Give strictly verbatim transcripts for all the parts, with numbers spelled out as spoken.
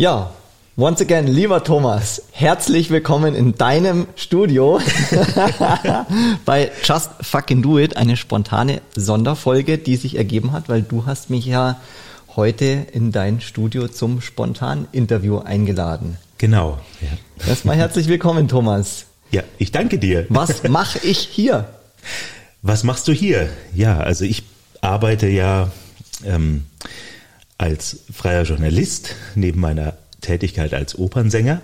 Ja, once again, lieber Thomas, herzlich willkommen in deinem Studio bei Just Fucking Do It, eine spontane Sonderfolge, die sich ergeben hat, weil du hast mich ja heute in dein Studio zum Spontan-Interview eingeladen. Genau. Ja. Erstmal herzlich willkommen, Thomas. Ja, ich danke dir. Was mache ich hier? Was machst du hier? Ja, also ich arbeite ja ähm, als freier Journalist neben meiner Tätigkeit als Opernsänger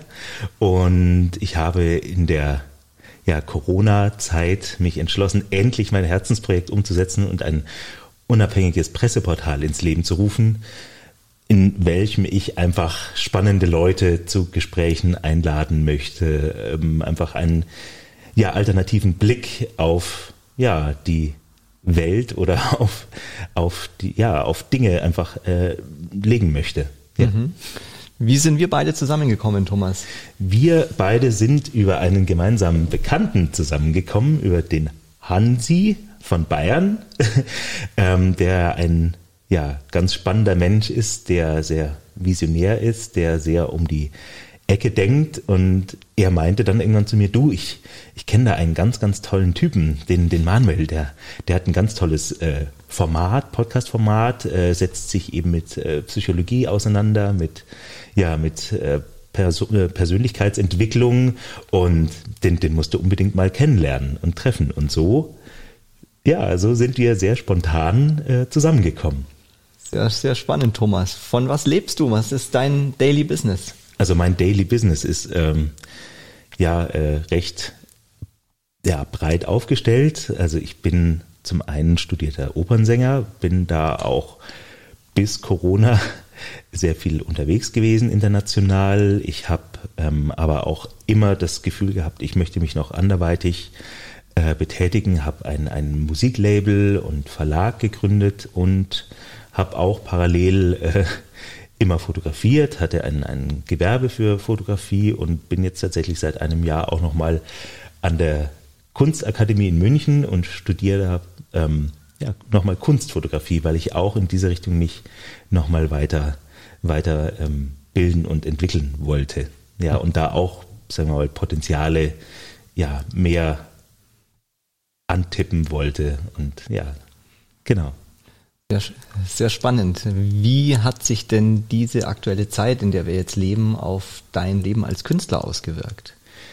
und ich habe in der ja, Corona-Zeit mich entschlossen, endlich mein Herzensprojekt umzusetzen und ein unabhängiges Presseportal ins Leben zu rufen, in welchem ich einfach spannende Leute zu Gesprächen einladen möchte, ähm, einfach einen ja, alternativen Blick auf ja, die Welt oder auf, auf, die, ja, auf Dinge einfach äh, legen möchte. Ja. Mhm. Wie sind wir beide zusammengekommen, Thomas? Wir beide sind über einen gemeinsamen Bekannten zusammengekommen, über den Hansi von Bayern, ähm, der ein ja, ganz spannender Mensch ist, der sehr visionär ist, der sehr um die Ecke denkt, und er meinte dann irgendwann zu mir, du, ich, ich kenne da einen ganz, ganz tollen Typen, den, den Manuel, der, der hat ein ganz tolles äh, Format, Podcast-Format, äh, setzt sich eben mit äh, Psychologie auseinander, mit, ja, mit äh, Perso- äh, Persönlichkeitsentwicklung, und den, den musst du unbedingt mal kennenlernen und treffen. Und so, ja, so sind wir sehr spontan äh, zusammengekommen. Sehr, sehr spannend, Thomas. Von was lebst du? Was ist dein Daily Business? Also mein Daily Business ist ähm, ja äh, recht ja, breit aufgestellt. Also ich bin zum einen studierter Opernsänger, bin da auch bis Corona sehr viel unterwegs gewesen international. Ich habe ähm, aber auch immer das Gefühl gehabt, ich möchte mich noch anderweitig äh, betätigen, habe ein, ein Musiklabel und Verlag gegründet und habe auch parallel äh, immer fotografiert, hatte ein, ein Gewerbe für Fotografie und bin jetzt tatsächlich seit einem Jahr auch nochmal an der Kunstakademie in München und studiere ähm, ja, nochmal Kunstfotografie, weil ich auch in diese Richtung mich nochmal weiter, weiter ähm, bilden und entwickeln wollte. Ja, und da auch, sagen wir mal, Potenziale ja, mehr antippen wollte. Und ja, genau. Sehr, sehr spannend. Wie hat sich denn diese aktuelle Zeit, in der wir jetzt leben, auf dein Leben als Künstler ausgewirkt?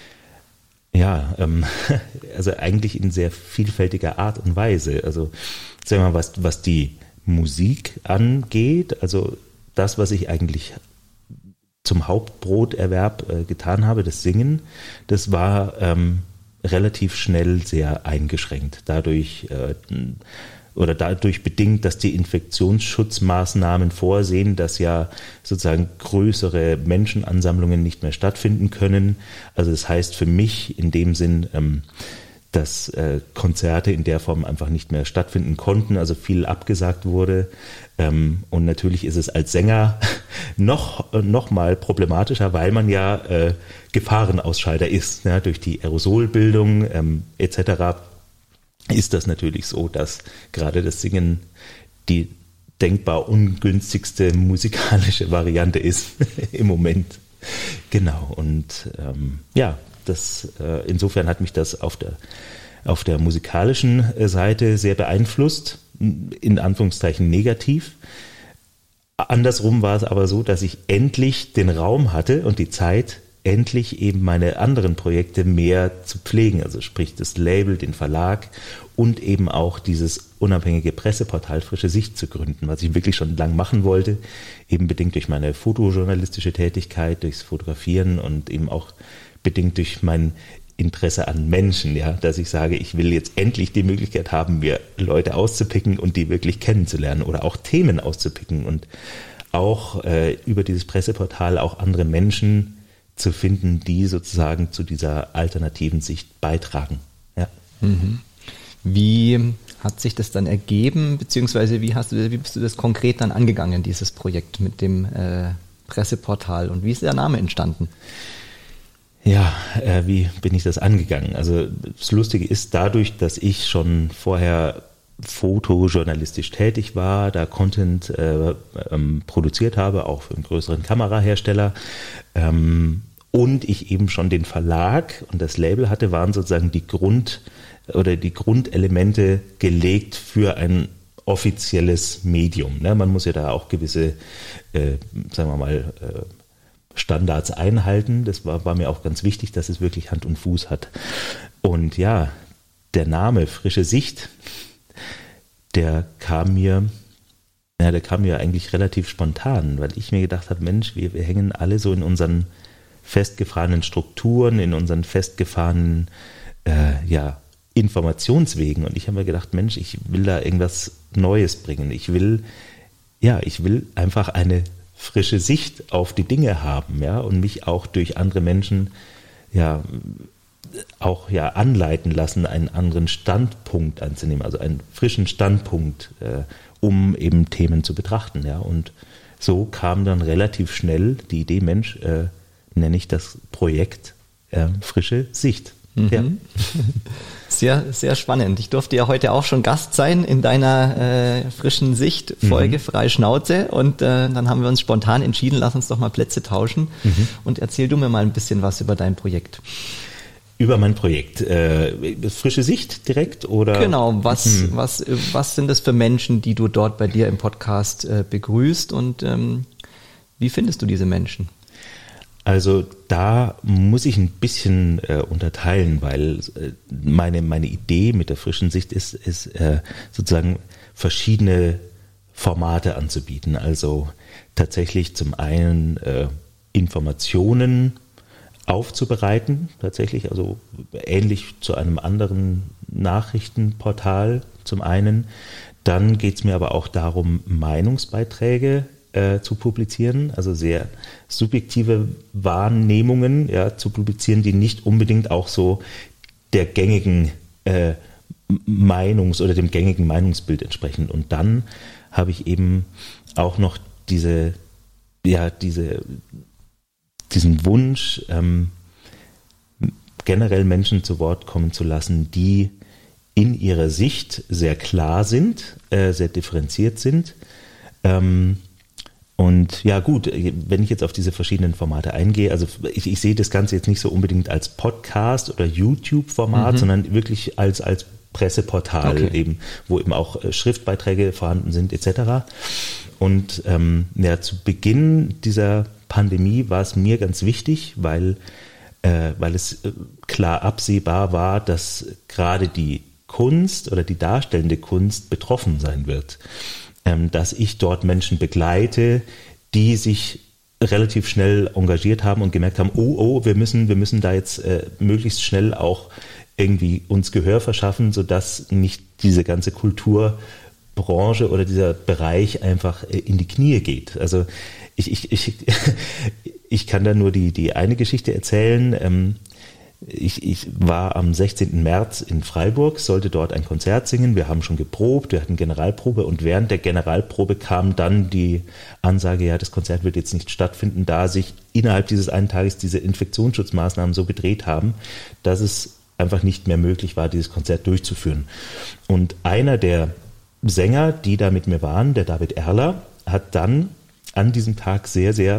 Ja, ähm, also eigentlich in sehr vielfältiger Art und Weise. Also sagen wir mal, was, was die Musik angeht, also das, was ich eigentlich zum Hauptbroterwerb äh, getan habe, das Singen, das war ähm, relativ schnell sehr eingeschränkt. Dadurch äh, oder dadurch bedingt, dass die Infektionsschutzmaßnahmen vorsehen, dass ja sozusagen größere Menschenansammlungen nicht mehr stattfinden können. Also das heißt für mich in dem Sinn, ähm, dass äh, Konzerte in der Form einfach nicht mehr stattfinden konnten, also viel abgesagt wurde. Ähm, und natürlich ist es als Sänger noch, noch mal problematischer, weil man ja äh, Gefahrenausschalter ist, ja, durch die Aerosolbildung ähm, et cetera ist das natürlich so, dass gerade das Singen die denkbar ungünstigste musikalische Variante ist im Moment. Genau, und ähm, ja, das, äh, insofern hat mich das auf der, auf der musikalischen Seite sehr beeinflusst, in Anführungszeichen negativ. Andersrum war es aber so, dass ich endlich den Raum hatte und die Zeit, endlich eben meine anderen Projekte mehr zu pflegen, also sprich das Label, den Verlag und eben auch dieses unabhängige Presseportal Frische Sicht zu gründen, was ich wirklich schon lang machen wollte, eben bedingt durch meine fotojournalistische Tätigkeit, durchs Fotografieren und eben auch bedingt durch mein Interesse an Menschen, ja, dass ich sage, ich will jetzt endlich die Möglichkeit haben, mir Leute auszupicken und die wirklich kennenzulernen oder auch Themen auszupicken und auch äh, über dieses Presseportal auch andere Menschen zu finden, die sozusagen zu dieser alternativen Sicht beitragen. Ja. Mhm. Wie hat sich das dann ergeben, beziehungsweise wie hast du, wie bist du das konkret dann angegangen, dieses Projekt mit dem äh, Presseportal, und wie ist der Name entstanden? Ja, äh, wie bin ich das angegangen? Also das Lustige ist, dadurch, dass ich schon vorher fotojournalistisch tätig war, da Content äh, ähm, produziert habe, auch für einen größeren Kamerahersteller, ähm, und ich eben schon den Verlag und das Label hatte, waren sozusagen die Grund- oder die Grundelemente gelegt für ein offizielles Medium. Ne? Man muss ja da auch gewisse, äh, sagen wir mal, äh, Standards einhalten. Das war, war mir auch ganz wichtig, dass es wirklich Hand und Fuß hat. Und ja, der Name Frische Sicht, der kam mir, ja, der kam mir eigentlich relativ spontan, weil ich mir gedacht habe, Mensch, wir, wir hängen alle so in unseren festgefahrenen Strukturen, in unseren festgefahrenen äh, ja, Informationswegen. Und ich habe mir gedacht, Mensch, ich will da irgendwas Neues bringen. Ich will, ja, ich will einfach eine frische Sicht auf die Dinge haben, ja, und mich auch durch andere Menschen ja auch ja anleiten lassen, einen anderen Standpunkt anzunehmen, also einen frischen Standpunkt, äh, um eben Themen zu betrachten, ja. Und so kam dann relativ schnell die Idee, Mensch, äh, nenne ich das Projekt äh, Frische Sicht. Mhm. Ja. Sehr, sehr spannend. Ich durfte ja heute auch schon Gast sein in deiner äh, frischen Sicht-Folge, mhm. Freie Schnauze. Und äh, dann haben wir uns spontan entschieden, lass uns doch mal Plätze tauschen. Mhm. Und erzähl du mir mal ein bisschen was über dein Projekt. Über mein Projekt. Äh, frische Sicht direkt oder? Genau, was, mhm. was, was sind das für Menschen, die du dort bei dir im Podcast äh, begrüßt und ähm, wie findest du diese Menschen? Also da muss ich ein bisschen äh, unterteilen, weil äh, meine, meine Idee mit der frischen Sicht ist, ist äh, sozusagen verschiedene Formate anzubieten. Also tatsächlich zum einen äh, Informationen aufzubereiten, tatsächlich, also ähnlich zu einem anderen Nachrichtenportal zum einen. Dann geht es mir aber auch darum, Meinungsbeiträge äh, zu publizieren, also sehr subjektive Wahrnehmungen ja, zu publizieren, die nicht unbedingt auch so der gängigen äh, Meinungs- oder dem gängigen Meinungsbild entsprechen. Und dann habe ich eben auch noch diese, ja, diese diesen Wunsch, ähm, generell Menschen zu Wort kommen zu lassen, die in ihrer Sicht sehr klar sind, äh, sehr differenziert sind. Ähm, und ja gut, wenn ich jetzt auf diese verschiedenen Formate eingehe, also ich, ich sehe das Ganze jetzt nicht so unbedingt als Podcast oder YouTube-Format, mhm. sondern wirklich als, als Presseportal okay. eben, wo eben auch äh, Schriftbeiträge vorhanden sind et cetera. Und ähm, ja, zu Beginn dieser Pandemie war es mir ganz wichtig, weil, äh, weil es äh, klar absehbar war, dass gerade die Kunst oder die darstellende Kunst betroffen sein wird. Ähm, dass ich dort Menschen begleite, die sich relativ schnell engagiert haben und gemerkt haben, oh, oh, wir müssen, wir müssen da jetzt äh, möglichst schnell auch irgendwie uns Gehör verschaffen, sodass nicht diese ganze Kulturbranche oder dieser Bereich einfach äh, in die Knie geht. Also ich, ich, ich, ich kann da nur die, die eine Geschichte erzählen. Ähm, Ich, ich war am sechzehnten März in Freiburg, sollte dort ein Konzert singen. Wir haben schon geprobt, wir hatten Generalprobe und während der Generalprobe kam dann die Ansage, ja, das Konzert wird jetzt nicht stattfinden, da sich innerhalb dieses einen Tages diese Infektionsschutzmaßnahmen so gedreht haben, dass es einfach nicht mehr möglich war, dieses Konzert durchzuführen. Und einer der Sänger, die da mit mir waren, der David Erler, hat dann an diesem Tag sehr, sehr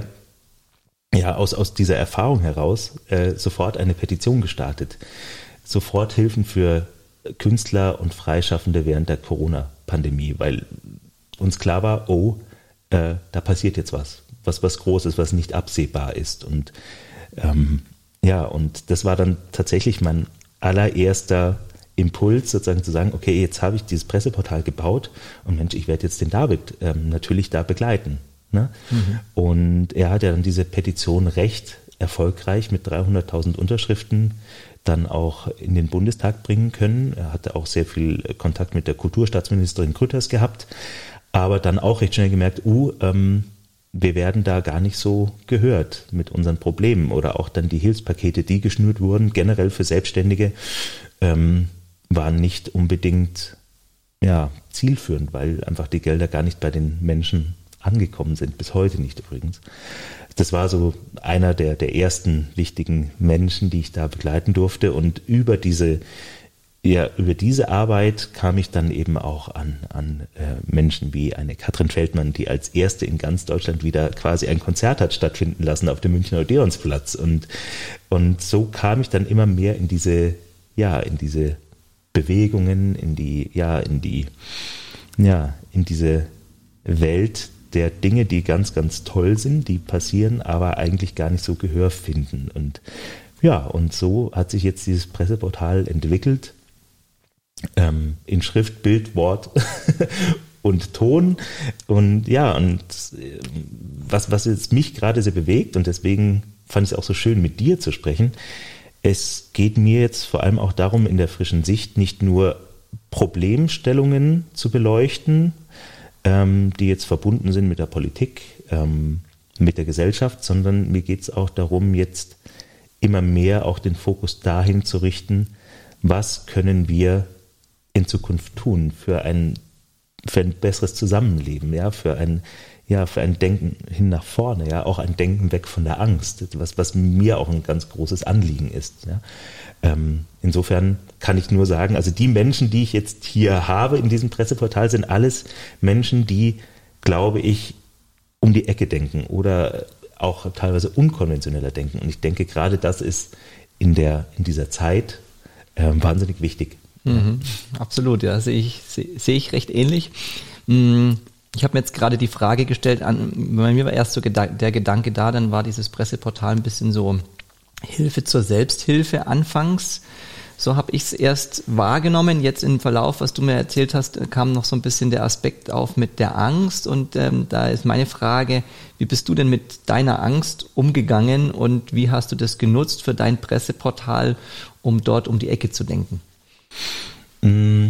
ja, aus, aus dieser Erfahrung heraus äh, sofort eine Petition gestartet. Sofort Hilfen für Künstler und Freischaffende während der Corona-Pandemie, weil uns klar war, oh, äh, da passiert jetzt was, was, was Großes, was nicht absehbar ist. Und ähm, ja, und das war dann tatsächlich mein allererster Impuls, sozusagen zu sagen, okay, jetzt habe ich dieses Presseportal gebaut und Mensch, ich werde jetzt den David ähm, natürlich da begleiten. Ne? Mhm. Und er hat ja dann diese Petition recht erfolgreich mit dreihunderttausend Unterschriften dann auch in den Bundestag bringen können. Er hatte auch sehr viel Kontakt mit der Kulturstaatsministerin Grütters gehabt, aber dann auch recht schnell gemerkt, uh, ähm, wir werden da gar nicht so gehört mit unseren Problemen oder auch dann die Hilfspakete, die geschnürt wurden, generell für Selbstständige, ähm, waren nicht unbedingt ja, zielführend, weil einfach die Gelder gar nicht bei den Menschen angekommen sind, bis heute nicht übrigens. Das war so einer der, der ersten wichtigen Menschen, die ich da begleiten durfte und über diese ja, über diese Arbeit kam ich dann eben auch an, an äh, Menschen wie eine Katrin Feldmann, die als erste in ganz Deutschland wieder quasi ein Konzert hat stattfinden lassen auf dem Münchner Odeonsplatz. Und, und so kam ich dann immer mehr in diese, ja, in diese Bewegungen, in die, ja, in die, ja, in diese Welt der Dinge, die ganz, ganz toll sind, die passieren, aber eigentlich gar nicht so Gehör finden. Und ja, und so hat sich jetzt dieses Presseportal entwickelt, ähm, in Schrift, Bild, Wort und Ton. Und ja, und was, was jetzt mich gerade sehr bewegt, und deswegen fand ich es auch so schön, mit dir zu sprechen, es geht mir jetzt vor allem auch darum, in der frischen Sicht nicht nur Problemstellungen zu beleuchten, ähm, die jetzt verbunden sind mit der Politik, ähm, mit der Gesellschaft, sondern mir geht es auch darum, jetzt immer mehr auch den Fokus dahin zu richten, was können wir in Zukunft tun für ein, für ein besseres Zusammenleben, ja, für ein, ja, für ein Denken hin nach vorne, ja, auch ein Denken weg von der Angst, was, was mir auch ein ganz großes Anliegen ist. Ja. Ähm, insofern kann ich nur sagen, also die Menschen, die ich jetzt hier habe in diesem Presseportal, sind alles Menschen, die, glaube ich, um die Ecke denken oder auch teilweise unkonventioneller denken. Und ich denke, gerade das ist in der, in dieser Zeit äh, wahnsinnig wichtig. Mhm, absolut, ja, sehe ich, sehe, sehe ich recht ähnlich. Ich habe mir jetzt gerade die Frage gestellt, an, bei mir war erst so der Gedanke da, dann war dieses Presseportal ein bisschen so Hilfe zur Selbsthilfe anfangs. So habe ich es erst wahrgenommen. Jetzt im Verlauf, was du mir erzählt hast, kam noch so ein bisschen der Aspekt auf mit der Angst. Und ähm, da ist meine Frage, wie bist du denn mit deiner Angst umgegangen und wie hast du das genutzt für dein Presseportal, um dort um die Ecke zu denken? Mm,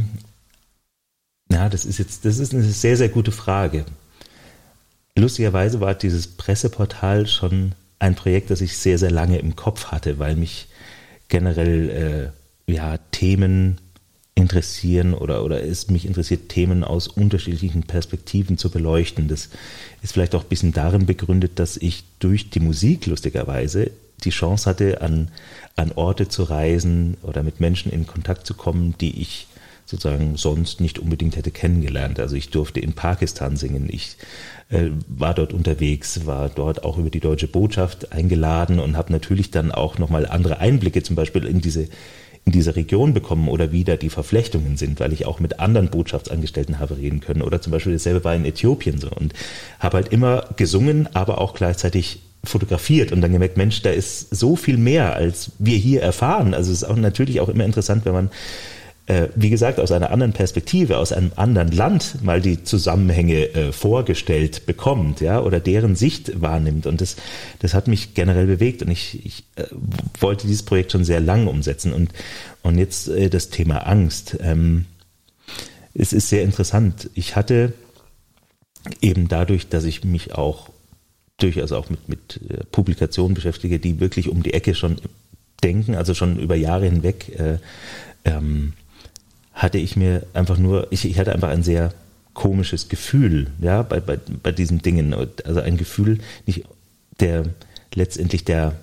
ja, das ist jetzt, das ist eine sehr, sehr gute Frage. Lustigerweise war dieses Presseportal schon ein Projekt, das ich sehr, sehr lange im Kopf hatte, weil mich generell äh, ja, Themen interessieren oder, oder es mich interessiert, Themen aus unterschiedlichen Perspektiven zu beleuchten. Das ist vielleicht auch ein bisschen darin begründet, dass ich durch die Musik lustigerweise die Chance hatte, an, an Orte zu reisen oder mit Menschen in Kontakt zu kommen, die ich sozusagen sonst nicht unbedingt hätte kennengelernt. Also ich durfte in Pakistan singen, ich äh, war dort unterwegs, war dort auch über die Deutsche Botschaft eingeladen und habe natürlich dann auch nochmal andere Einblicke zum Beispiel in diese in diese Region bekommen oder wie da die Verflechtungen sind, weil ich auch mit anderen Botschaftsangestellten habe reden können oder zum Beispiel dasselbe war in Äthiopien so und habe halt immer gesungen, aber auch gleichzeitig fotografiert und dann gemerkt, Mensch, da ist so viel mehr, als wir hier erfahren. Also es ist auch natürlich auch immer interessant, wenn man äh, wie gesagt, aus einer anderen Perspektive, aus einem anderen Land mal die Zusammenhänge äh, vorgestellt bekommt, ja, oder deren Sicht wahrnimmt. Und das, das hat mich generell bewegt und ich, ich äh, wollte dieses Projekt schon sehr lang umsetzen. Und, und jetzt äh, das Thema Angst. Ähm, es ist sehr interessant. Ich hatte eben dadurch, dass ich mich auch durchaus auch mit, mit äh, Publikationen beschäftige, die wirklich um die Ecke schon denken, also schon über Jahre hinweg, äh, ähm, hatte ich mir einfach nur, ich, ich hatte einfach ein sehr komisches Gefühl, ja, bei, bei, bei diesen Dingen. Also ein Gefühl nicht der letztendlich der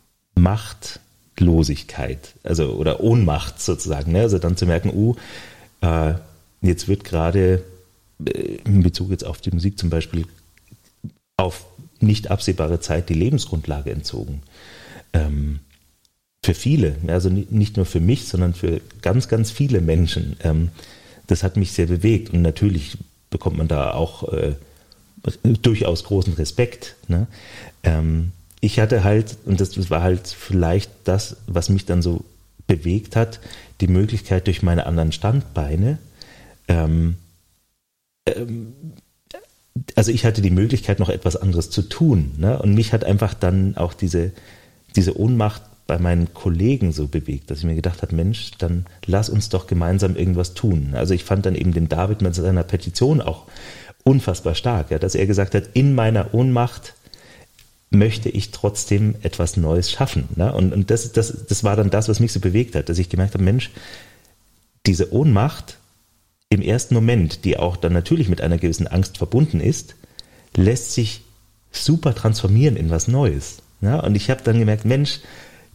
Machtlosigkeit, also oder Ohnmacht sozusagen. Ne? Also dann zu merken, uh, äh, jetzt wird gerade äh, in Bezug jetzt auf die Musik zum Beispiel auf nicht absehbare Zeit die Lebensgrundlage entzogen. Ähm, Für viele, also nicht nur für mich, sondern für ganz, ganz viele Menschen. Das hat mich sehr bewegt und natürlich bekommt man da auch äh, durchaus großen Respekt. Ne? Ich hatte halt, und das war halt vielleicht das, was mich dann so bewegt hat, die Möglichkeit durch meine anderen Standbeine, ähm, ähm, also ich hatte die Möglichkeit, noch etwas anderes zu tun. Ne? Und mich hat einfach dann auch diese, diese Ohnmacht bei meinen Kollegen so bewegt, dass ich mir gedacht habe, Mensch, dann lass uns doch gemeinsam irgendwas tun. Also ich fand dann eben den David mit seiner Petition auch unfassbar stark, ja, dass er gesagt hat, in meiner Ohnmacht möchte ich trotzdem etwas Neues schaffen. Ne? Und, und das, das, das war dann das, was mich so bewegt hat, dass ich gemerkt habe, Mensch, diese Ohnmacht im ersten Moment, die auch dann natürlich mit einer gewissen Angst verbunden ist, lässt sich super transformieren in was Neues. Ja? Und ich habe dann gemerkt, Mensch,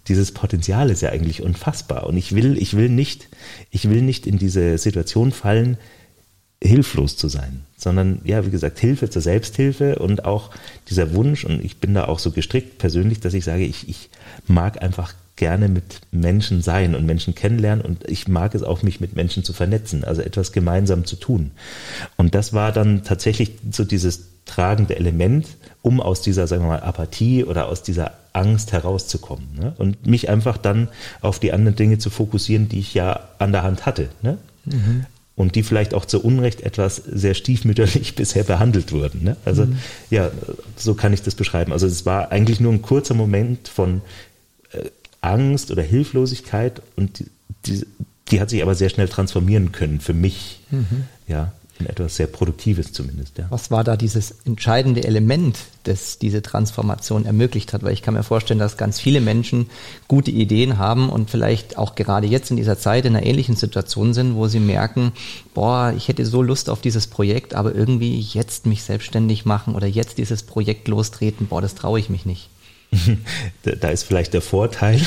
dieses Potenzial ist ja eigentlich unfassbar. Und ich will, ich will nicht, ich will nicht in diese Situation fallen, hilflos zu sein, sondern ja, wie gesagt, Hilfe zur Selbsthilfe und auch dieser Wunsch, und ich bin da auch so gestrickt persönlich, dass ich sage, ich, ich mag einfach gerne mit Menschen sein und Menschen kennenlernen und ich mag es auch, mich mit Menschen zu vernetzen, also etwas gemeinsam zu tun. Und das war dann tatsächlich so dieses tragende Element, um aus dieser, sagen wir mal, Apathie oder aus dieser Angst herauszukommen, ne? Und mich einfach dann auf die anderen Dinge zu fokussieren, die ich ja an der Hand hatte, ne? Mhm. Und die vielleicht auch zu Unrecht etwas sehr stiefmütterlich bisher behandelt wurden, ne? Also mhm. ja, so kann ich das beschreiben. Also es war eigentlich nur ein kurzer Moment von äh, Angst oder Hilflosigkeit und die, die, die hat sich aber sehr schnell transformieren können für mich, mhm. ja, in etwas sehr Produktives zumindest. Ja. Was war da dieses entscheidende Element, das diese Transformation ermöglicht hat? Weil ich kann mir vorstellen, dass ganz viele Menschen gute Ideen haben und vielleicht auch gerade jetzt in dieser Zeit in einer ähnlichen Situation sind, wo sie merken, boah, ich hätte so Lust auf dieses Projekt, aber irgendwie jetzt mich selbstständig machen oder jetzt dieses Projekt lostreten, boah, das traue ich mich nicht. Da ist vielleicht der Vorteil,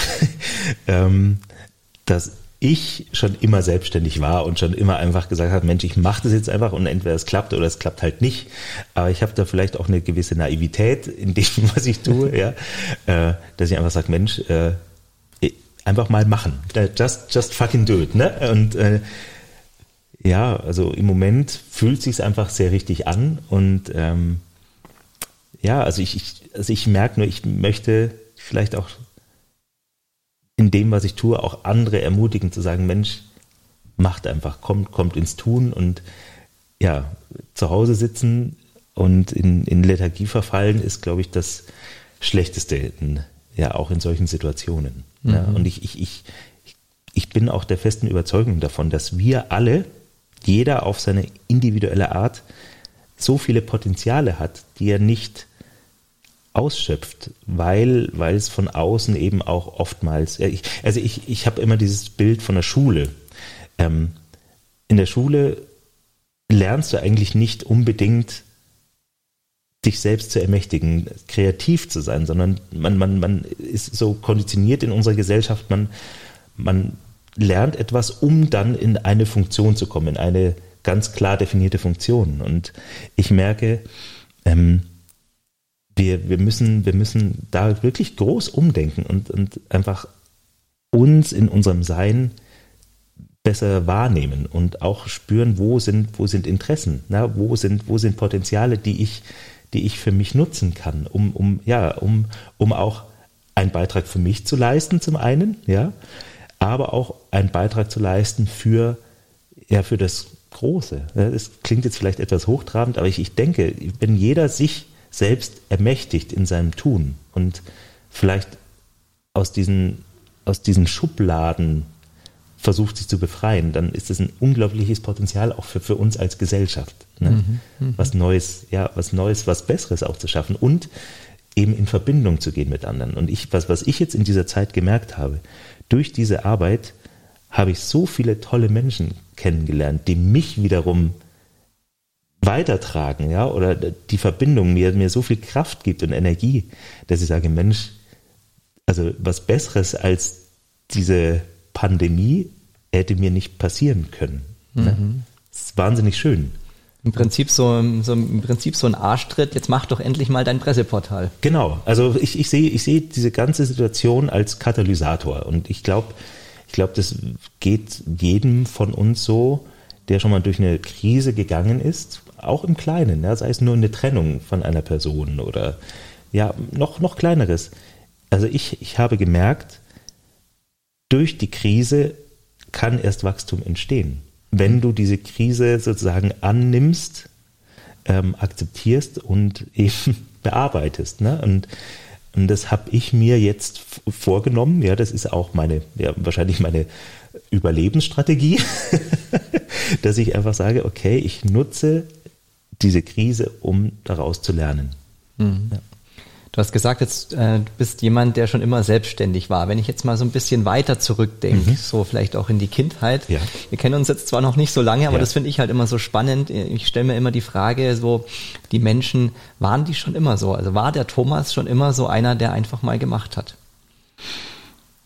dass ich schon immer selbstständig war und schon immer einfach gesagt habe, Mensch, ich mache das jetzt einfach und entweder es klappt oder es klappt halt nicht. Aber ich habe da vielleicht auch eine gewisse Naivität in dem, was ich tue, ja, dass ich einfach sage, Mensch, einfach mal machen. Just, just fucking do it, ne? Und ja, also im Moment fühlt es sich einfach sehr richtig an und ähm, ja, also ich, ich, also ich merke nur, ich möchte vielleicht auch in dem, was ich tue, auch andere ermutigen zu sagen, Mensch, macht einfach, kommt, kommt ins Tun und ja, zu Hause sitzen und in, in Lethargie verfallen ist, glaube ich, das Schlechteste, in, ja, auch in solchen Situationen. Mhm. Ja, und ich, ich, ich, ich bin auch der festen Überzeugung davon, dass wir alle, jeder auf seine individuelle Art, so viele Potenziale hat, die er nicht ausschöpft, weil, weil es von außen eben auch oftmals, ich, also ich, ich habe immer dieses Bild von der Schule. Ähm, in der Schule lernst du eigentlich nicht unbedingt, dich selbst zu ermächtigen, kreativ zu sein, sondern man, man, man ist so konditioniert in unserer Gesellschaft, man, man lernt etwas, um dann in eine Funktion zu kommen, in eine ganz klar definierte Funktion. Und ich merke, ähm, Wir, wir, müssen, wir müssen da wirklich groß umdenken und, und einfach uns in unserem Sein besser wahrnehmen und auch spüren, wo sind, wo sind Interessen, na, wo sind, wo sind Potenziale, die ich, die ich für mich nutzen kann, um, um, ja, um, um auch einen Beitrag für mich zu leisten, zum einen, ja, aber auch einen Beitrag zu leisten für, ja, für das Große. Das klingt jetzt vielleicht etwas hochtrabend, aber ich, ich denke, wenn jeder sich selbst ermächtigt in seinem Tun und vielleicht aus diesen, aus diesen Schubladen versucht, sich zu befreien, dann ist das ein unglaubliches Potenzial auch für, für uns als Gesellschaft, ne? Mhm, mh. was Neues, ja, was Neues, was Besseres auch zu schaffen und eben in Verbindung zu gehen mit anderen. Und ich, was, was ich jetzt in dieser Zeit gemerkt habe, durch diese Arbeit habe ich so viele tolle Menschen kennengelernt, die mich wiederum weitertragen, ja, oder die Verbindung mir, mir so viel Kraft gibt und Energie, dass ich sage, Mensch, also was Besseres als diese Pandemie hätte mir nicht passieren können. Mhm. Ne? Das ist wahnsinnig schön. Im Prinzip so, so, im Prinzip so ein Arschtritt, jetzt mach doch endlich mal dein Presseportal. Genau, also ich, ich sehe, ich sehe diese ganze Situation als Katalysator und ich glaube, ich glaube, das geht jedem von uns so, der schon mal durch eine Krise gegangen ist, auch im Kleinen, ja, sei es nur eine Trennung von einer Person oder ja, noch, noch Kleineres. Also ich, ich habe gemerkt, durch die Krise kann erst Wachstum entstehen. Wenn du diese Krise sozusagen annimmst, ähm, akzeptierst und eben bearbeitest. Ne? Und, und das habe ich mir jetzt vorgenommen. Ja, das ist auch meine, ja, wahrscheinlich meine Überlebensstrategie, dass ich einfach sage, okay, ich nutze diese Krise, um daraus zu lernen. Mhm. Ja. Du hast gesagt, jetzt, äh, du bist jemand, der schon immer selbstständig war. Wenn ich jetzt mal so ein bisschen weiter zurückdenke, mhm. so vielleicht auch in die Kindheit. Ja. Wir kennen uns jetzt zwar noch nicht so lange, aber ja. das finde ich halt immer so spannend. Ich stelle mir immer die Frage, so die Menschen, waren die schon immer so? Also war der Thomas schon immer so einer, der einfach mal gemacht hat?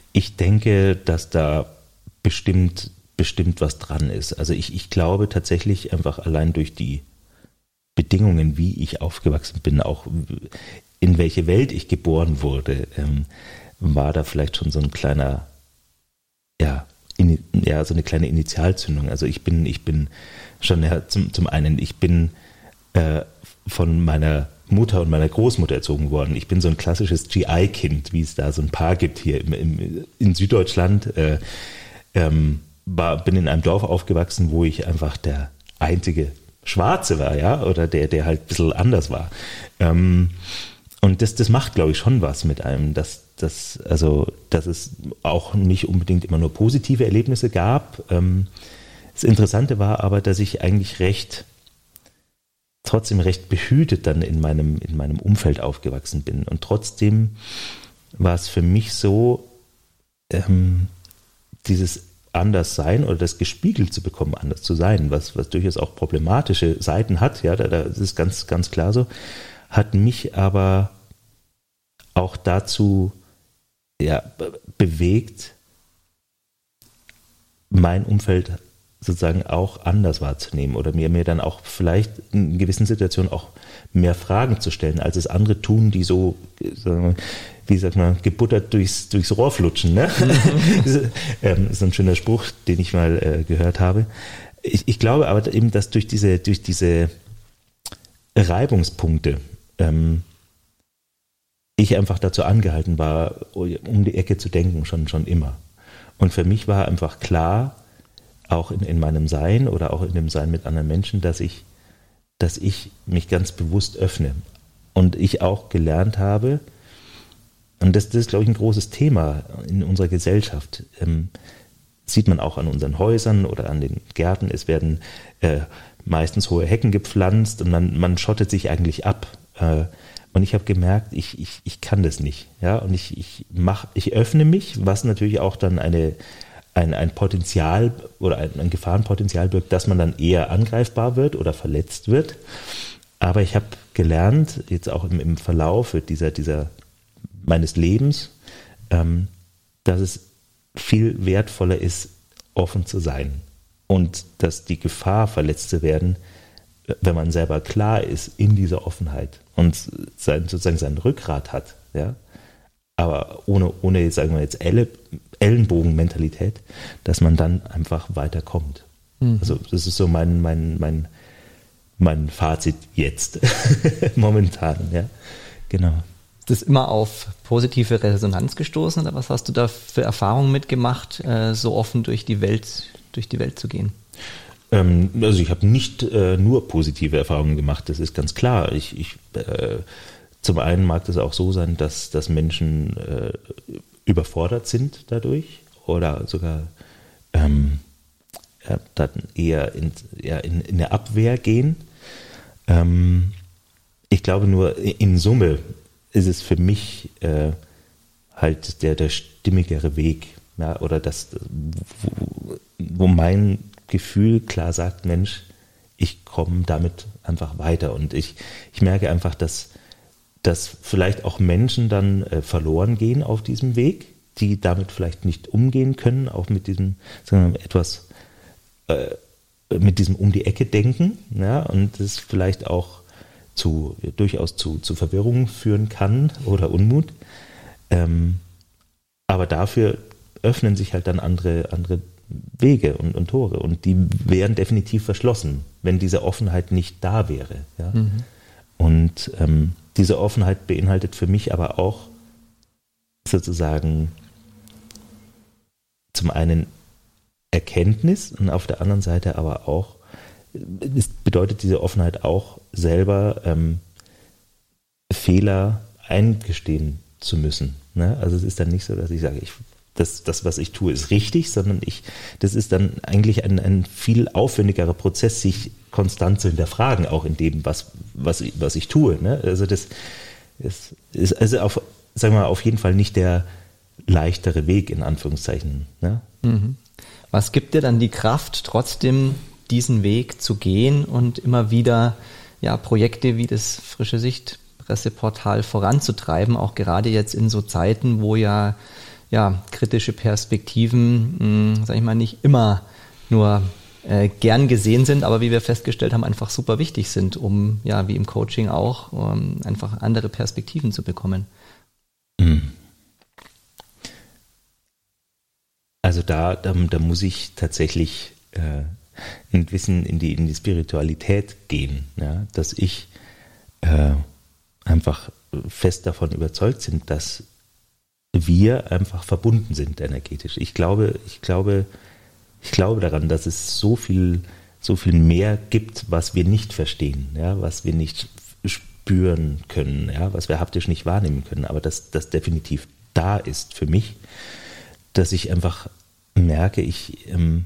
ich denke, dass da bestimmt, bestimmt was dran ist. Also ich, ich glaube tatsächlich einfach allein durch die Bedingungen, wie ich aufgewachsen bin, auch in welche Welt ich geboren wurde, ähm, war da vielleicht schon so ein kleiner, ja, in, ja, so eine kleine Initialzündung. Also ich bin, ich bin schon, ja, zum, zum einen, ich bin äh, von meiner Mutter und meiner Großmutter erzogen worden. Ich bin so ein klassisches G I-Kind, wie es da so ein paar gibt hier im, im, in Süddeutschland. Äh, ähm, war, bin in einem Dorf aufgewachsen, wo ich einfach der einzige Schwarze war, ja, oder der, der halt ein bisschen anders war. Ähm, und das, das macht, glaube ich, schon was mit einem, dass, dass, also, dass es auch nicht unbedingt immer nur positive Erlebnisse gab. Ähm, das Interessante war aber, dass ich eigentlich recht, trotzdem recht behütet dann in meinem, in meinem Umfeld aufgewachsen bin. Und trotzdem war es für mich so, ähm, dieses Anderssein oder das gespiegelt zu bekommen, anders zu sein, was, was durchaus auch problematische Seiten hat, ja, da, da ist es ganz, ganz klar so, hat mich aber auch dazu ja, bewegt, mein Umfeld sozusagen auch anders wahrzunehmen oder mir, mir dann auch vielleicht in gewissen Situationen auch mehr Fragen zu stellen, als es andere tun, die so, wie sagt man, gebuttert durchs, durchs Rohr flutschen. Ne? Das ist ein schöner Spruch, den ich mal äh, gehört habe. Ich, ich glaube aber eben, dass durch diese, durch diese Reibungspunkte ähm, ich einfach dazu angehalten war, um die Ecke zu denken, schon, schon immer. Und für mich war einfach klar, auch in, in meinem Sein oder auch in dem Sein mit anderen Menschen, dass ich, dass ich mich ganz bewusst öffne. Und ich auch gelernt habe, und das, das ist, glaube ich, ein großes Thema in unserer Gesellschaft, ähm, sieht man auch an unseren Häusern oder an den Gärten, es werden äh, meistens hohe Hecken gepflanzt und man, man schottet sich eigentlich ab. Äh, und ich habe gemerkt, ich, ich, ich kann das nicht. Ja? Und ich, ich, mach, ich öffne mich, was natürlich auch dann eine Ein, ein Potenzial oder ein, ein Gefahrenpotenzial birgt, dass man dann eher angreifbar wird oder verletzt wird. Aber ich habe gelernt, jetzt auch im, im Verlauf dieser, dieser, meines Lebens, ähm, dass es viel wertvoller ist, offen zu sein. Und dass die Gefahr, verletzt zu werden, wenn man selber klar ist in dieser Offenheit und sein, sozusagen sein Rückgrat hat, ja, aber ohne, ohne sagen wir jetzt Elle, Ellenbogenmentalität, dass man dann einfach weiterkommt. Mhm. Also das ist so mein, mein, mein, mein Fazit jetzt, momentan, ja, genau. Ist das immer auf positive Resonanz gestoßen oder was hast du da für Erfahrungen mitgemacht, so offen durch die Welt, durch die Welt zu gehen? Ähm, also ich habe nicht äh, nur positive Erfahrungen gemacht, das ist ganz klar. Ich, ich äh, Zum einen mag es auch so sein, dass, dass Menschen äh, überfordert sind dadurch oder sogar ähm, ja, dann eher in, ja, in, in eine Abwehr gehen. Ähm, ich glaube nur, in Summe ist es für mich äh, halt der, der stimmigere Weg, ja, oder das, wo, wo mein Gefühl klar sagt, Mensch, ich komme damit einfach weiter und ich, ich merke einfach, dass dass vielleicht auch Menschen dann äh, verloren gehen auf diesem Weg, die damit vielleicht nicht umgehen können, auch mit diesem, sagen wir mal, etwas, äh, mit diesem um die Ecke denken, ja, und das vielleicht auch zu, durchaus zu, zu Verwirrung führen kann oder Unmut. Ähm, aber dafür öffnen sich halt dann andere, andere Wege und, und Tore und die wären definitiv verschlossen, wenn diese Offenheit nicht da wäre, ja. Mhm. Und ähm, diese Offenheit beinhaltet für mich aber auch sozusagen zum einen Erkenntnis und auf der anderen Seite aber auch, es bedeutet diese Offenheit auch selber ähm, Fehler eingestehen zu müssen. Ne? Also es ist dann nicht so, dass ich sage, ich, das, das, was ich tue, ist richtig, sondern ich, das ist dann eigentlich ein, ein viel aufwendigerer Prozess, sich konstant zu hinterfragen, auch in dem, was, was, ich, was ich tue. Ne? Also das ist, ist also auf, sagen wir mal, auf jeden Fall nicht der leichtere Weg, in Anführungszeichen. Ne? Mhm. Was gibt dir dann die Kraft, trotzdem diesen Weg zu gehen und immer wieder ja, Projekte wie das Frische Sicht Presseportal voranzutreiben, auch gerade jetzt in so Zeiten, wo ja ja, kritische Perspektiven, mh, sag ich mal, nicht immer nur äh, gern gesehen sind, aber wie wir festgestellt haben, einfach super wichtig sind, um, ja, wie im Coaching auch, um einfach andere Perspektiven zu bekommen. Also da, da, da muss ich tatsächlich äh, ein bisschen in die, in die Spiritualität gehen, ja? Dass ich äh, einfach fest davon überzeugt bin, dass wir einfach verbunden sind energetisch. Ich glaube, ich glaube, ich glaube daran, dass es so viel, so viel mehr gibt, was wir nicht verstehen, ja? Was wir nicht spüren können, ja? Was wir haptisch nicht wahrnehmen können, aber dass das definitiv da ist für mich, dass ich einfach merke, ich ähm,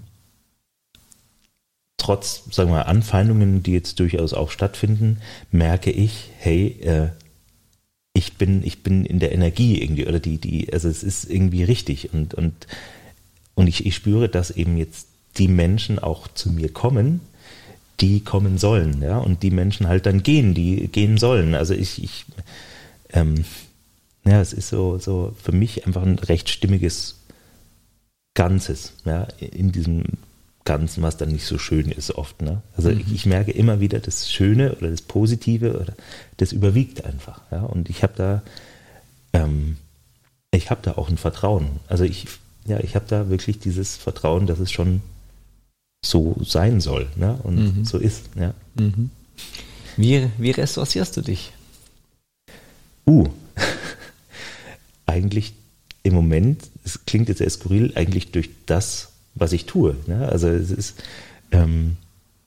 trotz, sagen wir mal, Anfeindungen, die jetzt durchaus auch stattfinden, merke ich, hey, äh, ich bin, ich bin in der Energie irgendwie, oder die, die, also es ist irgendwie richtig und, und, und ich, ich spüre, dass eben jetzt die Menschen auch zu mir kommen, die kommen sollen, ja, und die Menschen halt dann gehen, die gehen sollen. Also ich, ich ähm, ja, es ist so, so für mich einfach ein recht stimmiges Ganzes, ja, in diesem Ganzen, was dann nicht so schön ist oft, ne? Also mhm. ich, ich merke immer wieder, das Schöne oder das Positive oder das überwiegt einfach, ja, und ich habe da ähm, ich habe da auch ein Vertrauen, also ich ja, ich habe da wirklich dieses Vertrauen, dass es schon so sein soll, ne? Und mhm. so ist, ja. Mhm. Wie, wie ressourcierst du dich? Uh, eigentlich im Moment, es klingt jetzt sehr skurril, eigentlich durch das, was ich tue. Ne? Also es ist, ähm,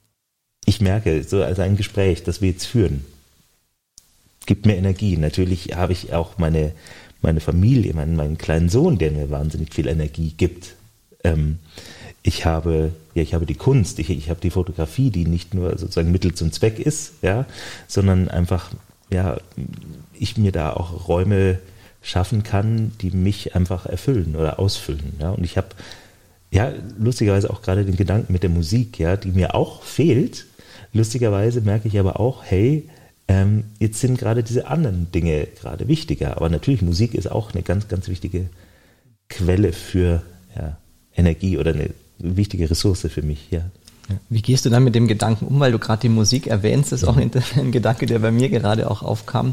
ich merke, so als ein Gespräch, das wir jetzt führen, gibt mir Energie. Natürlich habe ich auch meine, meine Familie, meinen, meinen kleinen Sohn, der mir wahnsinnig viel Energie gibt. Ähm, ich habe, ja, ich habe die Kunst, ich, ich habe die Fotografie, die nicht nur sozusagen Mittel zum Zweck ist, ja, sondern einfach, ja, ich mir da auch Räume schaffen kann, die mich einfach erfüllen oder ausfüllen. Ja, und ich habe ja lustigerweise auch gerade den Gedanken mit der Musik, ja, die mir auch fehlt. Lustigerweise merke ich aber auch, hey, ähm, jetzt sind gerade diese anderen Dinge gerade wichtiger. Aber natürlich, Musik ist auch eine ganz, ganz wichtige Quelle für ja, Energie oder eine wichtige Ressource für mich, ja. Wie gehst du dann mit dem Gedanken um, weil du gerade die Musik erwähnst, das ist auch ein, ein Gedanke, der bei mir gerade auch aufkam,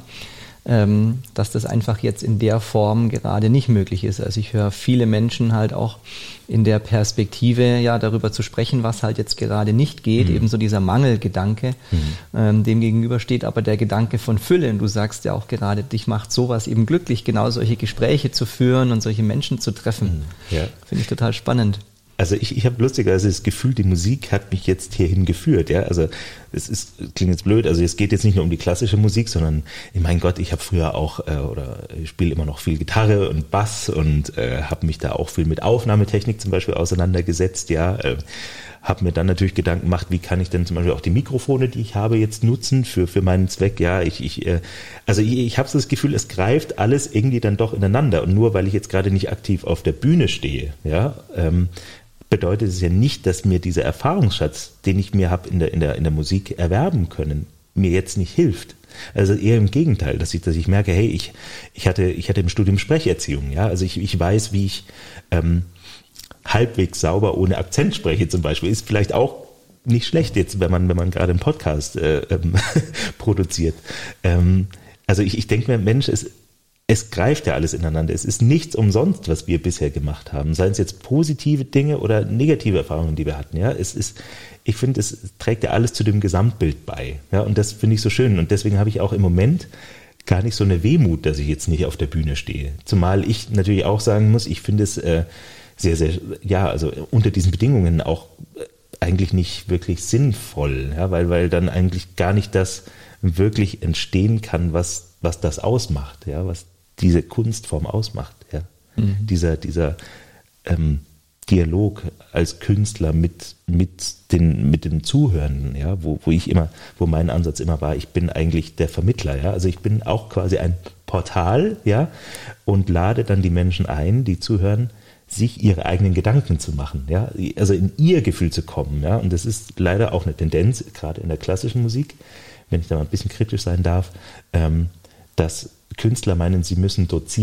ähm, dass das einfach jetzt in der Form gerade nicht möglich ist. Also ich höre viele Menschen halt auch in der Perspektive, ja, darüber zu sprechen, was halt jetzt gerade nicht geht, mhm. ebenso dieser Mangelgedanke, mhm. ähm, dem gegenüber steht aber der Gedanke von Fülle. Und du sagst ja auch gerade, dich macht sowas eben glücklich, genau solche Gespräche zu führen und solche Menschen zu treffen. Mhm. Ja. Finde ich total spannend. Also ich, ich habe lustigerweise das Gefühl, die Musik hat mich jetzt hierhin geführt, ja. Also es ist, klingt jetzt blöd, also es geht jetzt nicht nur um die klassische Musik, sondern, mein Gott, ich habe früher auch äh, oder ich spiele immer noch viel Gitarre und Bass und äh, habe mich da auch viel mit Aufnahmetechnik zum Beispiel auseinandergesetzt, ja. Äh, habe mir dann natürlich Gedanken gemacht, wie kann ich denn zum Beispiel auch die Mikrofone, die ich habe, jetzt nutzen für für meinen Zweck, ja. Ich, ich äh, also ich, ich habe so das Gefühl, es greift alles irgendwie dann doch ineinander und nur weil ich jetzt gerade nicht aktiv auf der Bühne stehe, ja, ähm, bedeutet es ja nicht, dass mir dieser Erfahrungsschatz, den ich mir habe in der, in der, in der Musik erwerben können, mir jetzt nicht hilft. Also eher im Gegenteil, dass ich, dass ich merke, hey, ich, ich hatte, ich hatte im Studium Sprecherziehung, ja, also ich, ich weiß, wie ich ähm, halbwegs sauber ohne Akzent spreche zum Beispiel, ist vielleicht auch nicht schlecht jetzt, wenn man, wenn man gerade einen Podcast äh, ähm, produziert. Ähm, also ich, ich denke mir, Mensch, es Es greift ja alles ineinander. Es ist nichts umsonst, was wir bisher gemacht haben. Seien es jetzt positive Dinge oder negative Erfahrungen, die wir hatten. Ja, es ist, ich finde, es trägt ja alles zu dem Gesamtbild bei. Ja, und das finde ich so schön. Und deswegen habe ich auch im Moment gar nicht so eine Wehmut, dass ich jetzt nicht auf der Bühne stehe. Zumal ich natürlich auch sagen muss, ich finde es äh, sehr, sehr, ja, also unter diesen Bedingungen auch eigentlich nicht wirklich sinnvoll. Ja, weil, weil dann eigentlich gar nicht das wirklich entstehen kann, was, was das ausmacht. Ja, was diese Kunstform ausmacht, ja. Mhm. Dieser, dieser ähm, Dialog als Künstler mit, mit den, mit den Zuhörenden, ja, wo, wo ich immer, wo mein Ansatz immer war, ich bin eigentlich der Vermittler, ja. Also ich bin auch quasi ein Portal, ja, und lade dann die Menschen ein, die zuhören, sich ihre eigenen Gedanken zu machen, ja, also in ihr Gefühl zu kommen, ja. Und das ist leider auch eine Tendenz, gerade in der klassischen Musik, wenn ich da mal ein bisschen kritisch sein darf, ähm, dass Künstler meinen, sie müssen dozieren.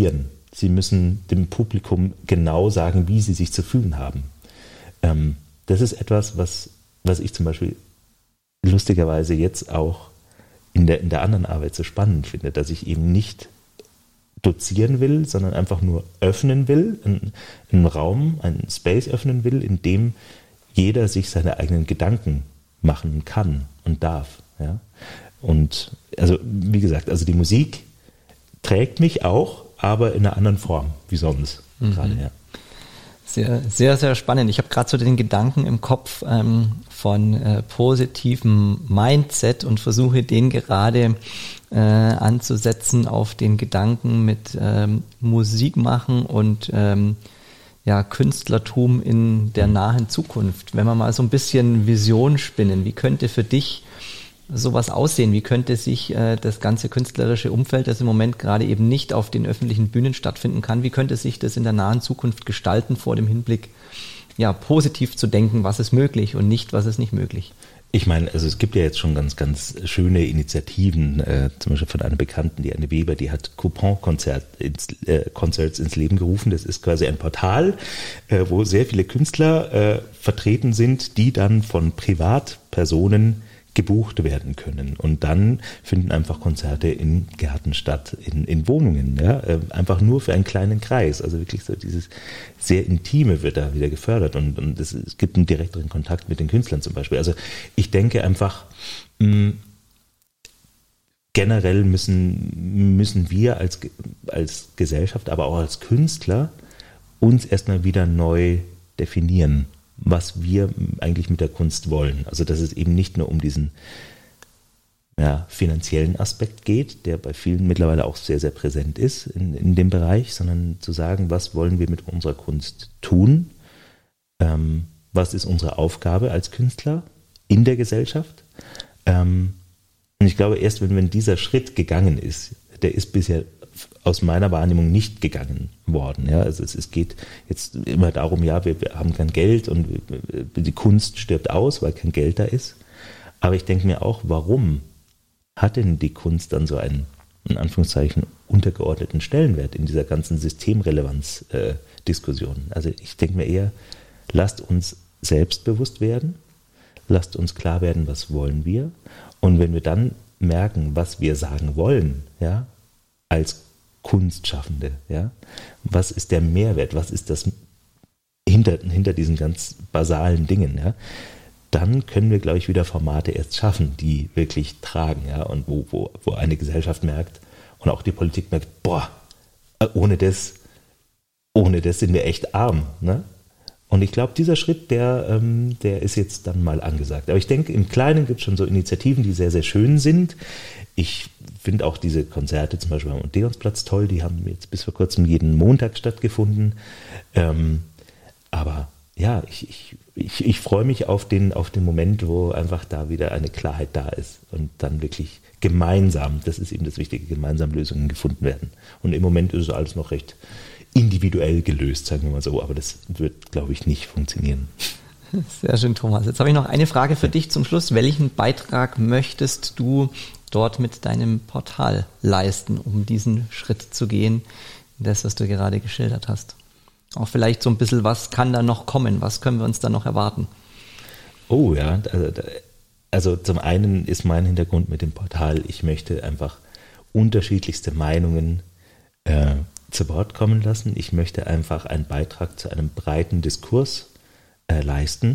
sie müssen dem Publikum genau sagen, wie sie sich zu fühlen haben. Ähm, das ist etwas, was, was ich zum Beispiel lustigerweise jetzt auch in der, in der anderen Arbeit so spannend finde, dass ich eben nicht dozieren will, sondern einfach nur öffnen will, einen, einen Raum, einen Space öffnen will, in dem jeder sich seine eigenen Gedanken machen kann und darf. Ja? Und also wie gesagt, also die Musik trägt mich auch, aber in einer anderen Form wie sonst mhm. gerade. Ja. Sehr, sehr, sehr spannend. Ich habe gerade so den Gedanken im Kopf ähm, von äh, positivem Mindset und versuche den gerade äh, anzusetzen auf den Gedanken mit ähm, Musik machen und ähm, ja, Künstlertum in der nahen Zukunft. Wenn wir mal so ein bisschen Vision spinnen, wie könnte für dich sowas aussehen? Wie könnte sich äh, das ganze künstlerische Umfeld, das im Moment gerade eben nicht auf den öffentlichen Bühnen stattfinden kann, wie könnte sich das in der nahen Zukunft gestalten vor dem Hinblick, ja, positiv zu denken, was ist möglich und nicht, was ist nicht möglich? Ich meine, also es gibt ja jetzt schon ganz, ganz schöne Initiativen, äh, zum Beispiel von einer Bekannten, die Anne Weber, die hat Coupon-Konzert ins, äh, Concerts ins Leben gerufen. Das ist quasi ein Portal, äh, wo sehr viele Künstler äh, vertreten sind, die dann von Privatpersonen gebucht werden können. Und dann finden einfach Konzerte in Gärten statt, in, in Wohnungen, ja, einfach nur für einen kleinen Kreis. Also wirklich so dieses sehr Intime wird da wieder gefördert und, und es, es gibt einen direkteren Kontakt mit den Künstlern zum Beispiel. Also ich denke einfach, mh, generell müssen, müssen wir als, als Gesellschaft, aber auch als Künstler uns erstmal wieder neu definieren, was wir eigentlich mit der Kunst wollen. Also dass es eben nicht nur um diesen ja, finanziellen Aspekt geht, der bei vielen mittlerweile auch sehr, sehr präsent ist in, in dem Bereich, sondern zu sagen, was wollen wir mit unserer Kunst tun, ähm, was ist unsere Aufgabe als Künstler in der Gesellschaft. Ähm, und ich glaube, erst wenn, wenn dieser Schritt gegangen ist, der ist bisher aus meiner Wahrnehmung nicht gegangen worden. Ja, also es, es geht jetzt immer darum, ja, wir, wir haben kein Geld und wir, die Kunst stirbt aus, weil kein Geld da ist. Aber ich denke mir auch, warum hat denn die Kunst dann so einen, in Anführungszeichen, untergeordneten Stellenwert in dieser ganzen Systemrelevanz-Diskussion? Äh, also ich denke mir eher, lasst uns selbstbewusst werden, lasst uns klar werden, was wollen wir. Und wenn wir dann merken, was wir sagen wollen, ja, als Kunstschaffende, ja, was ist der Mehrwert, was ist das hinter, hinter diesen ganz basalen Dingen, ja, dann können wir, glaube ich, wieder Formate erst schaffen, die wirklich tragen, ja, und wo, wo, wo eine Gesellschaft merkt und auch die Politik merkt, boah, ohne das, ohne das sind wir echt arm, ne? Und ich glaube, dieser Schritt, der, ähm, der ist jetzt dann mal angesagt. Aber ich denke, im Kleinen gibt es schon so Initiativen, die sehr, sehr schön sind. Ich finde auch diese Konzerte zum Beispiel am Odeonsplatz toll, die haben jetzt bis vor kurzem jeden Montag stattgefunden. Ähm, aber ja, ich, ich, ich, ich freue mich auf den, auf den Moment, wo einfach da wieder eine Klarheit da ist und dann wirklich gemeinsam, das ist eben das Wichtige, gemeinsam Lösungen gefunden werden. Und im Moment ist es alles noch recht individuell gelöst, sagen wir mal so, aber das wird, glaube ich, nicht funktionieren. Sehr schön, Thomas. Jetzt habe ich noch eine Frage für dich zum Schluss. Welchen Beitrag möchtest du dort mit deinem Portal leisten, um diesen Schritt zu gehen, das, was du gerade geschildert hast? Auch vielleicht so ein bisschen, was kann da noch kommen? Was können wir uns da noch erwarten? Oh ja, also, also zum einen ist mein Hintergrund mit dem Portal, ich möchte einfach unterschiedlichste Meinungen äh, zu Wort kommen lassen. Ich möchte einfach einen Beitrag zu einem breiten Diskurs äh, leisten.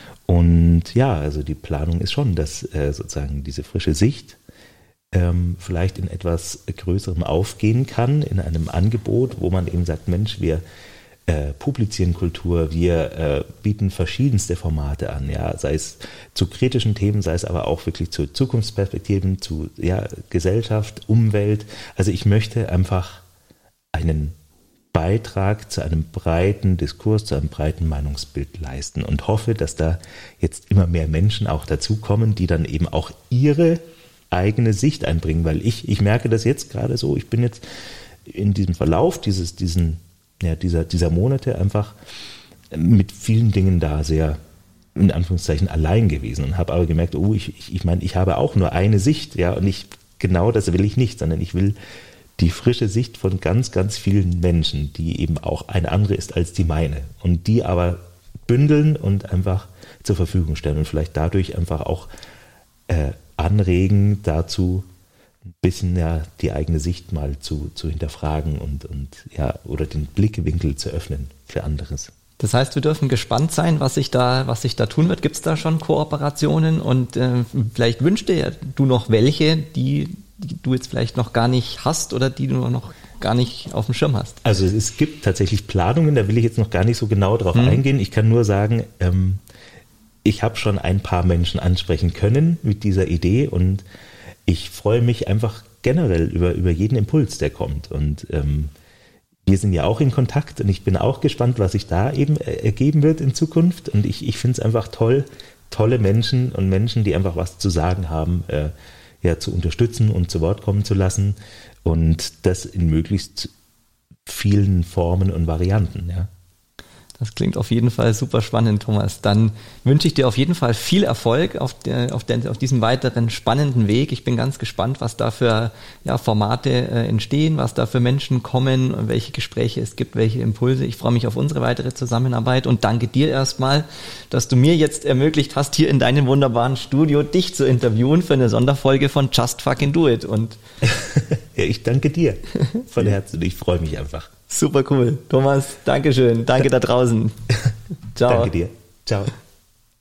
Und ja, also die Planung ist schon, dass äh, sozusagen diese frische Sicht ähm, vielleicht in etwas Größerem aufgehen kann, in einem Angebot, wo man eben sagt, Mensch, wir äh, publizieren Kultur, wir äh, bieten verschiedenste Formate an, ja, sei es zu kritischen Themen, sei es aber auch wirklich zu Zukunftsperspektiven, zu ja, Gesellschaft, Umwelt. Also ich möchte einfach einen Beitrag zu einem breiten Diskurs, zu einem breiten Meinungsbild leisten und hoffe, dass da jetzt immer mehr Menschen auch dazukommen, die dann eben auch ihre eigene Sicht einbringen, weil ich, ich merke das jetzt gerade so, ich bin jetzt in diesem Verlauf dieses, diesen, ja, dieser, dieser Monate einfach mit vielen Dingen da sehr, in Anführungszeichen, allein gewesen und habe aber gemerkt, oh, ich, ich, ich meine, ich habe auch nur eine Sicht, ja, und ich, genau das will ich nicht, sondern ich will die frische Sicht von ganz, ganz vielen Menschen, die eben auch eine andere ist als die meine und die aber bündeln und einfach zur Verfügung stellen und vielleicht dadurch einfach auch äh, anregen dazu, ein bisschen ja die eigene Sicht mal zu, zu hinterfragen und, und ja, oder den Blickwinkel zu öffnen für anderes. Das heißt, wir dürfen gespannt sein, was sich da, was sich da tun wird. Gibt es da schon Kooperationen und äh, vielleicht wünschst dir du noch welche, die, die du jetzt vielleicht noch gar nicht hast oder die du noch gar nicht auf dem Schirm hast? Also es gibt tatsächlich Planungen, da will ich jetzt noch gar nicht so genau drauf hm. eingehen. Ich kann nur sagen, ähm, ich habe schon ein paar Menschen ansprechen können mit dieser Idee und ich freue mich einfach generell über, über jeden Impuls, der kommt. Und ähm, wir sind ja auch in Kontakt und ich bin auch gespannt, was sich da eben ergeben wird in Zukunft. Und ich, ich finde es einfach toll, tolle Menschen und Menschen, die einfach was zu sagen haben, äh, ja, zu unterstützen und zu Wort kommen zu lassen. Und das in möglichst vielen Formen und Varianten, ja. Das klingt auf jeden Fall super spannend, Thomas. Dann wünsche ich dir auf jeden Fall viel Erfolg auf, der, auf, der, auf diesem weiteren spannenden Weg. Ich bin ganz gespannt, was da für ja, Formate äh, entstehen, was da für Menschen kommen, welche Gespräche es gibt, welche Impulse. Ich freue mich auf unsere weitere Zusammenarbeit und danke dir erstmal, dass du mir jetzt ermöglicht hast, hier in deinem wunderbaren Studio dich zu interviewen für eine Sonderfolge von Just Fucking Do It. Und ja, ich danke dir von Herzen. Ich freue mich einfach. Super cool. Thomas, Dankeschön. Danke da draußen. Ciao. Danke dir. Ciao.